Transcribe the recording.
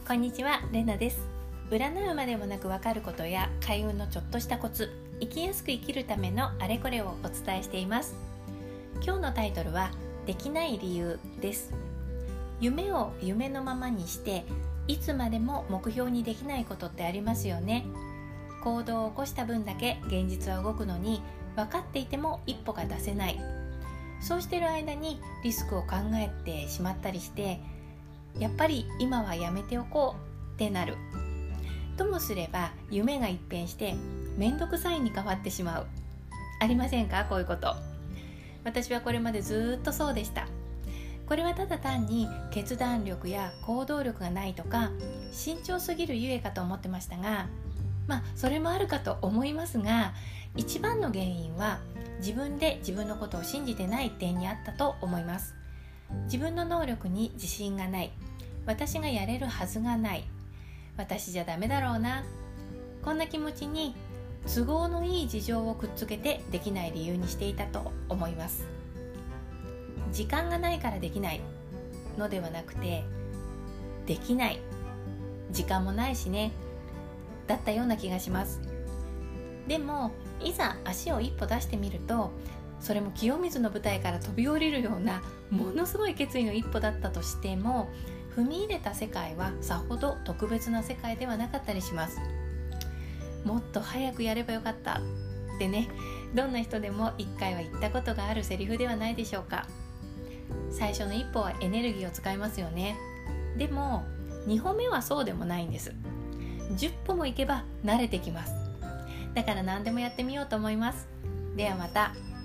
こんにちは、レナです。占うまでもなく分かることや開運のちょっとしたコツ、生きやすく生きるためのあれこれをお伝えしています。今日のタイトルはできない理由です。夢を夢のままにしていつまでも目標にできないことってありますよね。行動を起こした分だけ現実は動くのに分かっていても一歩が出せない。そうしている間にリスクを考えてしまったりして、やっぱり今はやめておこうってなる。ともすれば夢が一変してめんどくさいに変わってしまう。ありませんか、こういうこと。私はこれまでずっとそうでした。これはただ単に決断力や行動力がないとか慎重すぎるゆえかと思ってましたが、それもあるかと思いますが、一番の原因は自分で自分のことを信じてない点にあったと思います。自分の能力に自信がない、私がやれるはずがない、私じゃダメだろうな、こんな気持ちに都合のいい事情をくっつけてできない理由にしていたと思います。時間がないからできないのではなくて、できない、時間もないしね、だったような気がします。でもいざ足を一歩出してみると、それも清水の舞台から飛び降りるようなものすごい決意の一歩だったとしても、踏み入れた世界はさほど特別な世界ではなかったりします。もっと早くやればよかったってね、どんな人でも一回は言ったことがあるセリフではないでしょうか。最初の一歩はエネルギーを使いますよね。でも2歩目はそうでもないんです。10歩も行けば慣れてきます。だから何でもやってみようと思います。ではまた。